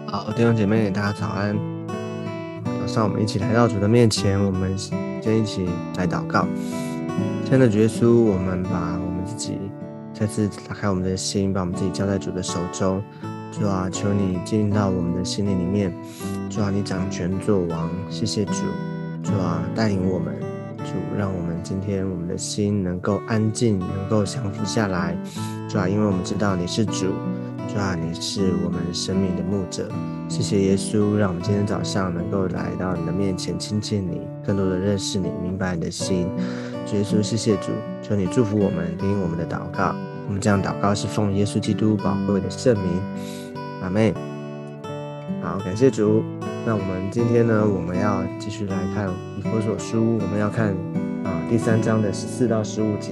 好，弟兄姐妹，大家早安。早上我们一起来到主的面前，我们先一起来祷告。亲爱的主耶稣，我们把我们自己再次打开我们的心，把我们自己交在主的手中。主啊，求你进到我们的心灵里面。主啊，你掌权作王，谢谢主。主啊，带领我们。主，让我们今天我们的心能够安静，能够降服下来。主啊，因为我们知道你是主。主啊，你是我们生命的牧者，谢谢耶稣，让我们今天早上能够来到你的面前亲近你，更多的认识你，明白你的心。主耶稣，谢谢主，求你祝福我们，听我们的祷告。我们这样祷告是奉耶稣基督宝贵的圣名，阿们。好，感谢主。那我们今天呢，我们要继续来看以弗所书，我们要看第3章的14到15节。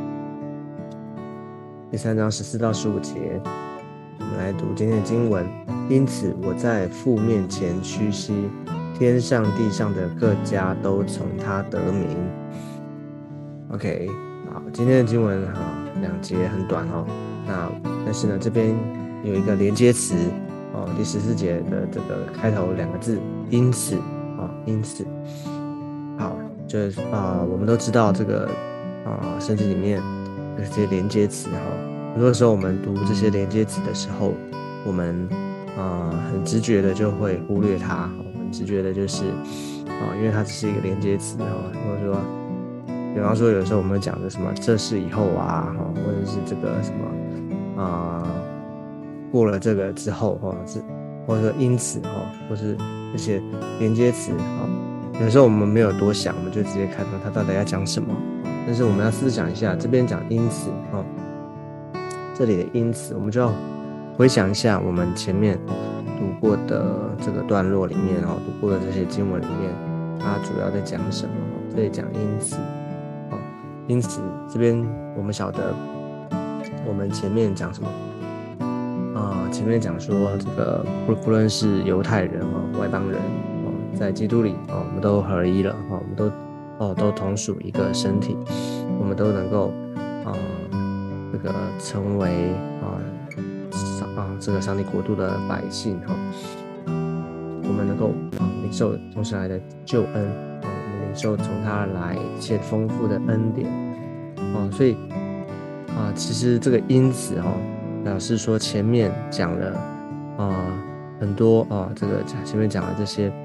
第3章14到15节。我们来读今天的经文。因此我在父面前屈膝，天上地上的各家都从他得名。 OK， 好，今天的经文2节很短但是呢这边有一个连接词第14节的这个开头2个字因此因此。好，就是我们都知道这个圣经里面这些连接词很多时候我们读这些连接词的时候，我们很直觉的就会忽略它，很直觉的就是因为它只是一个连接词或者说比方说有时候我们讲的什么这是以后或者是这个什么过了这个之后或者说因此或是这些连接词有时候我们没有多想，我们就直接看到它到底要讲什么。但是我们要思想一下，这边讲因此这里的因此，我们就要回想一下我们前面读过的这个段落里面读过的这些经文里面，它主要在讲什么。这里讲因此因此这边我们晓得我们前面讲什么前面讲说这个不论是犹太人外邦人在基督里我们都合一了我们都同属一个身体，我们都能够这个成为这个上帝国度的百姓我们能够领受从神来的救恩我们领受从他来一切丰富的恩典所以其实这个因此表示说前面讲了很多这个前面讲了这些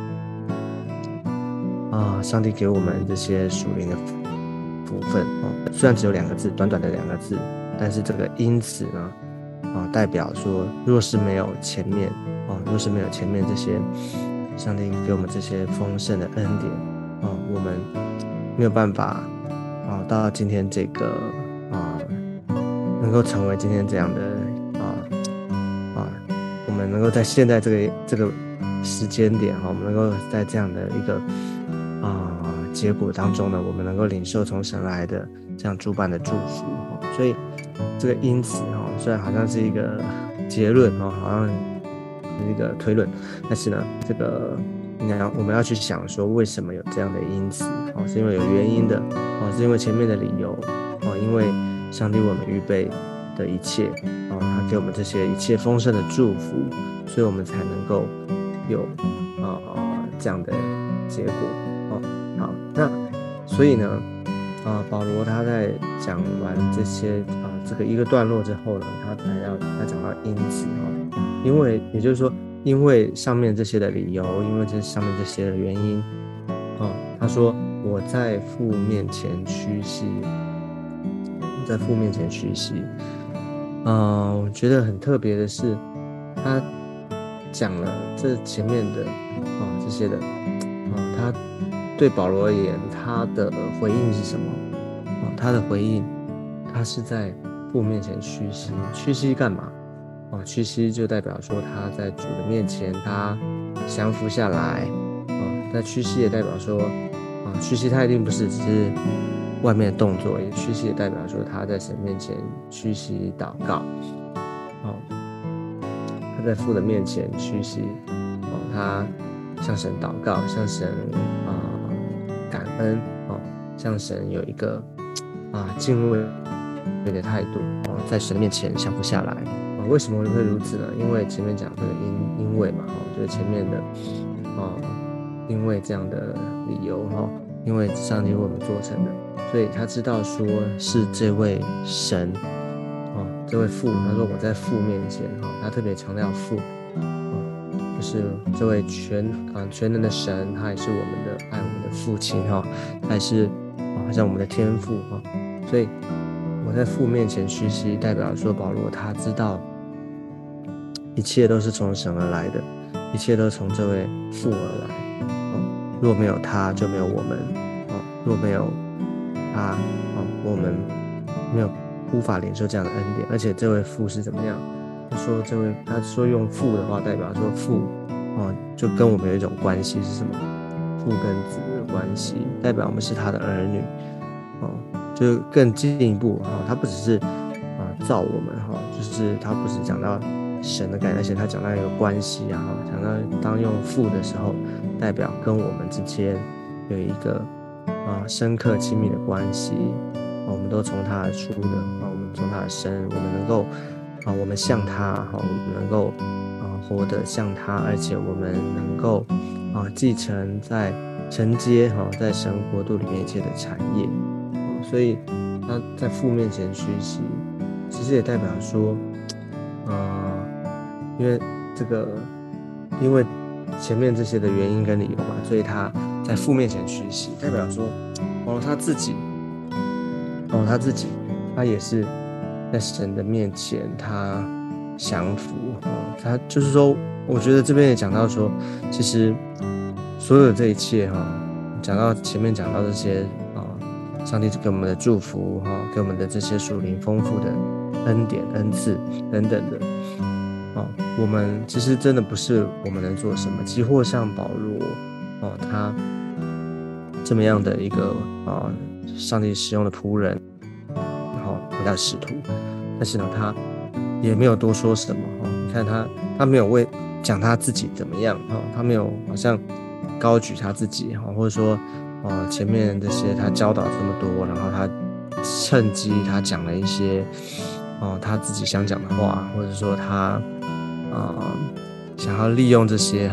上帝给我们这些属灵的福分虽然只有2个字，短短的2个字，但是这个因此呢代表说若是没有前面这些上帝给我们这些丰盛的恩典我们没有办法到今天这个能够成为今天这样的我们能够在现在这个时间点我们能够在这样的一个结果当中呢，我们能够领受从神来的这样诸般的祝福所以这个因此虽然好像是一个结论好像是一个推论，但是呢这个我们要去想说为什么有这样的因此是因为有原因的是因为前面的理由因为上帝为我们预备的一切他给我们这些一切丰盛的祝福，所以我们才能够有这样的结果好，那所以呢保罗他在讲完这些这个一个段落之后呢，他讲到因此因为也就是说因为上面这些的理由，因为这上面这些的原因他说我在父面前屈膝，在父面前屈膝我觉得很特别的是他讲了这前面的这些的他对保罗而言他的回应是什么他的回应他是在父面前屈膝。屈膝干嘛屈膝就代表说他在主的面前他降服下来在屈膝也代表说屈膝他一定不是只是外面的动作，也屈膝也代表说他在神面前屈膝祷告他在父的面前屈膝他向神祷告，向神感恩向神有一个敬畏的态度在神的面前降服下来为什么会如此呢？因为前面讲这个因为嘛，就是前面的因为这样的理由因为上帝为我们做成的，所以他知道说是这位神这位父，他说我在父面前他特别强调父就是这位全能的神，他也是我们的爱我们的父亲他也是好像我们的天父所以我在父面前屈膝，代表说保罗他知道一切都是从神而来的，一切都从这位父而来若没有他就没有我们若没有他我们没有无法领受这样的恩典。而且这位父是怎么样，他说用父的话，代表说父就跟我们有一种关系，是什么？父跟子的关系，代表我们是他的儿女就更进一步他不只是造我们就是他不是讲到神的概念，而且他讲到一个关系讲到当用父的时候，代表跟我们之间有一个深刻亲密的关系我们都从他而出的我们从他而生，我们能够我们像他我们能够活得像他，而且我们能够继承承接在神国度里面一切的产业所以他在父面前屈膝，其实也代表说因为前面这些的原因跟理由嘛，所以他在父面前屈膝，代表说他自己他也是在神的面前他降服他就是说，我觉得这边也讲到说，其实所有的这一切讲到前面讲到这些上帝给我们的祝福给我们的这些属灵丰富的恩典恩赐等等的我们其实真的不是我们能做什么，几乎像保罗他这么样的一个上帝使用的仆人回到使徒，但是呢他也没有多说什么你看他没有讲他自己怎么样他没有好像高举他自己或者说前面这些他教导这么多，然后他趁机他讲了一些他自己想讲的话，或者说他想要利用这些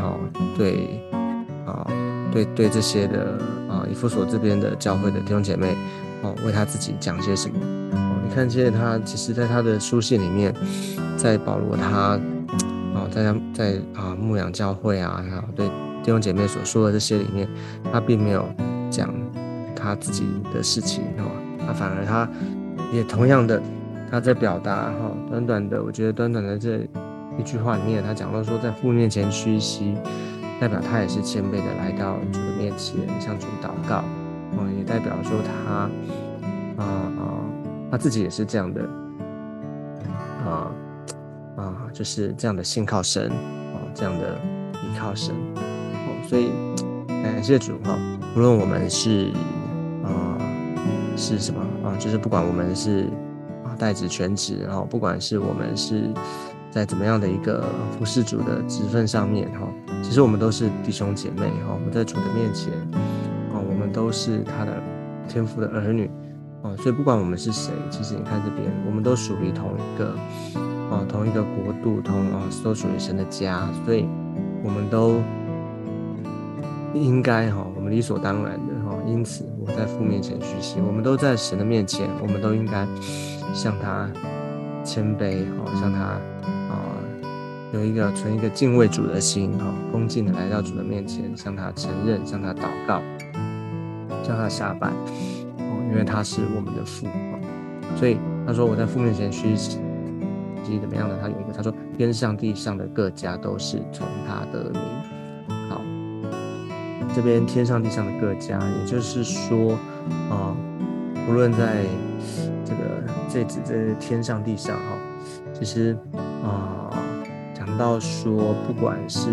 对这些的以弗所这边的教会的弟兄姐妹为他自己讲些什么你看见他其实在他的书信里面，在保罗他在牧养教会对弟兄姐妹所说的这些里面，他并没有讲他自己的事情他反而他也同样的他在表达短短的，我觉得短短的这一句话里面，他讲到说在父面前屈膝，代表他也是谦卑的来到主的面前向主祷告也代表说他自己也是这样的就是这样的信靠神这样的依靠神所以感谢主无论我们是什么就是不管我们是代职全职不管是我们是在怎么样的一个服事主的职分上面其实我们都是弟兄姐妹我们在主的面前我们都是他的天父的儿女所以不管我们是谁，其实你看这边我们都属于同一个国度，都属于神的家，所以我们都应该我们理所当然的因此我在父面前屈膝，我们都在神的面前，我们都应该向他谦卑向他存一个敬畏主的心恭敬的来到主的面前，向他承认，向他祷告，向他下拜因为他是我们的父所以他说我在父面前屈膝怎么样的，他有一个他说天上地上的各家都是从他得名好，这边天上地上的各家，也就是说无论在这天上地上其实讲到说不管是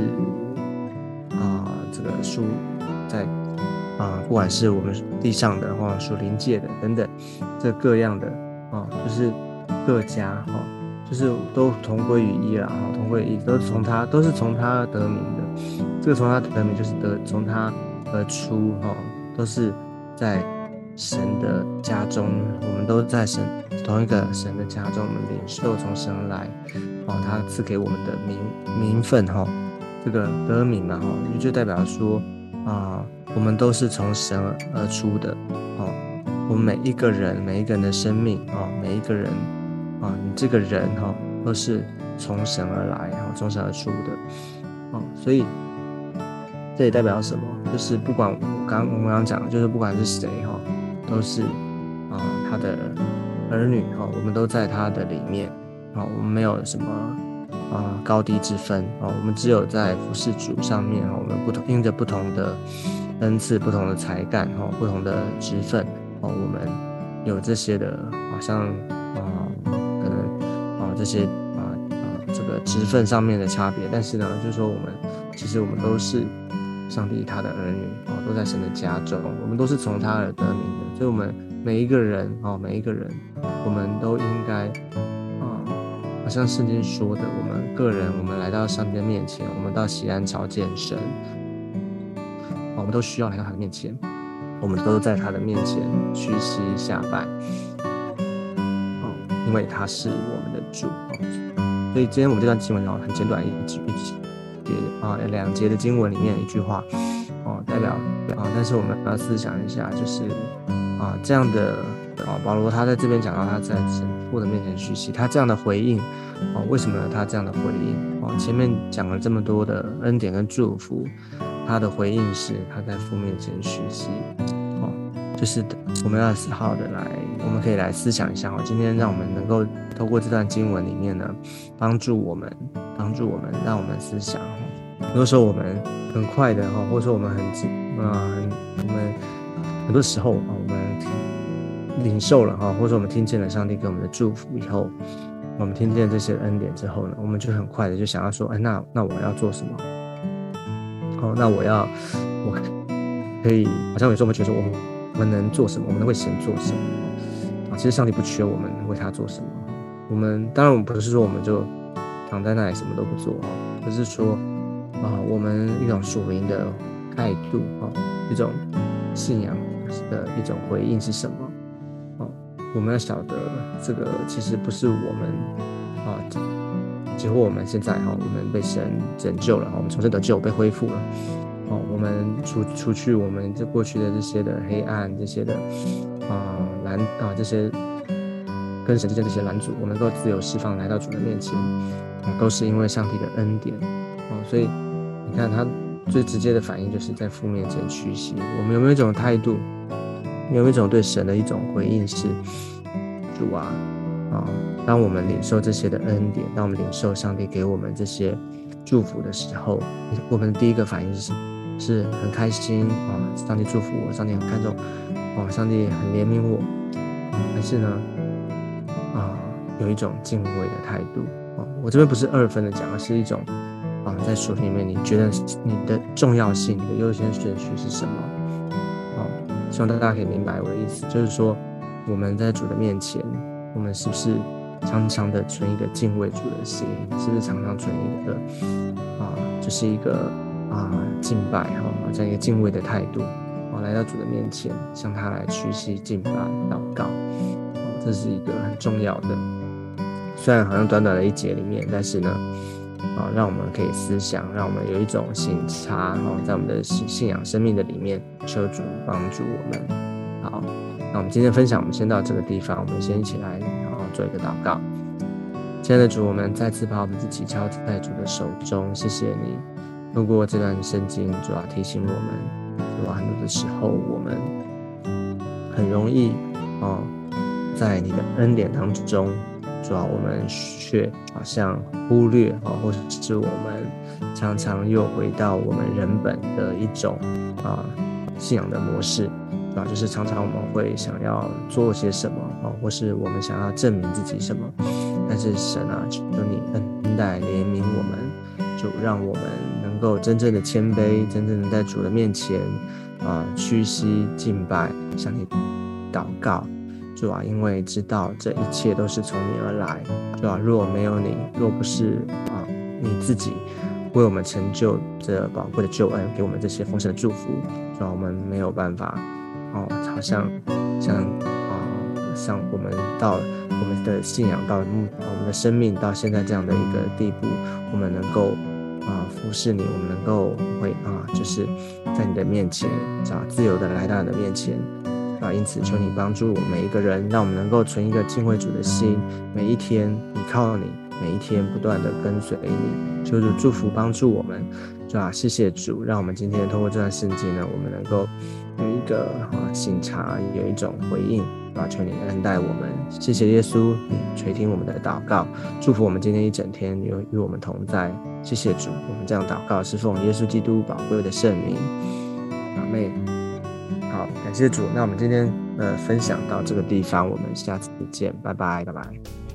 这个属在不管是我们地上的属灵界的等等这各样的就是各家就是都同归于一啦同归于一，都是从他得名的，这个从他得名就是从他而出都是在神的家中，我们都在同一个神的家中，我们领受从神而来，他赐给我们的名分这个得名嘛就代表说我们都是从神而出的我们每一个人的生命每一个人你这个人都是从神而来从神而出的所以这也代表什么？就是不管我们刚刚讲的，就是不管是谁都是他的儿女我们都在他的里面我们没有什么高低之分我们只有在服事主上面我们因着不同的恩赐、不同的才干不同的职分我们有这些的好像可能这些这个职分上面的差别，但是呢，就是说其实我们都是上帝他的儿女都在神的家中，我们都是从他而得名的，所以我们每一个人我们都应该好像圣经说的，我们个人我们来到上帝的面前，我们到锡安朝见神我们都需要来到他的面前，我们都在他的面前屈膝下拜因为他是我们的主所以今天我们这段经文很简短两节的经文里面一句话代表但是我们要思想一下，就是这样的保罗他在这边讲到他在神父的面前屈膝，他这样的回应为什么他这样的回应前面讲了这么多的恩典跟祝福，他的回应是他在父面前屈膝就是我们要好的我们可以来思想一下今天让我们能够透过这段经文里面呢帮助我们让我们思想很多时候我们很快的或者说我们很多时候我们领受了或者说我们听见了上帝给我们的祝福以后，我们听见这些恩典之后呢，我们就很快的就想要说那我要做什么那我可以好像有时候我们觉得说我们能做什么，我们能为神做什么其实上帝不缺我们为他做什么，当然我们不是说我们就躺在那里什么都不做而是说我们一种属灵的态度一种信仰的一种回应是什么我们要晓得这个其实不是我们几乎我们现在我们被神拯救了我们重生得救被恢复了我们除去我们这过去的这些的黑暗这些的这些跟神之间这些拦阻，我们能够自由释放来到主的面前都是因为上帝的恩典所以你看他最直接的反应就是在父面前屈膝，我们有没有一种态度，有没有一种对神的一种回应是主当我们领受这些的恩典，当我们领受上帝给我们这些祝福的时候，我们的第一个反应是什么？是很开心上帝祝福我，上帝很看重上帝很怜悯我还是呢有一种敬畏的态度我这边不是二分的讲，而是一种在属灵里面你觉得你的重要性你的优先顺序是什么希望大家可以明白我的意思，就是说我们在主的面前，我们是不是常常的存一个敬畏主的心，是不是常常存一个就是一个敬拜这样一个敬畏的态度来到主的面前，向他来屈膝敬拜祷告这是一个很重要的，虽然好像短短的一节里面，但是呢让我们可以思想，让我们有一种省察在我们的信仰生命的里面，求主帮助我们。好，那我们今天分享我们先到这个地方，我们先一起来做一个祷告。亲爱的主，我们再次把我们自己交在主的手中，谢谢你透过这段圣经主要提醒我们，主要很多的时候我们很容易在你的恩典当中，主要我们却好像忽略或者是我们常常又回到我们人本的一种信仰的模式就是常常我们会想要做些什么或是我们想要证明自己什么，但是神求你恩待怜悯我们，就让我们能够真正的谦卑，真正的在主的面前屈膝敬拜，向你祷告，主因为知道这一切都是从你而来，主若没有你，若不是你自己为我们成就这宝贵的救恩，给我们这些丰盛的祝福，主我们没有办法好像像我们的信仰到我们的生命到现在这样的一个地步，我们能够服侍你，我们能够就是在你的面前自由的来到你的面前因此求你帮助我们每一个人，让我们能够存一个敬畏主的心，每一天依靠你，每一天不断的跟随你，求主祝福帮助我们。谢谢主，让我们今天透过这段圣经呢，我们能够有一个省察，有一种回应求你恩待我们。谢谢耶稣，你垂听我们的祷告，祝福我们今天一整天与我们同在。谢谢主，我们这样祷告是奉耶稣基督宝贵的圣名，阿们。好，感谢主。那我们今天分享到这个地方，我们下次见，拜拜，拜拜。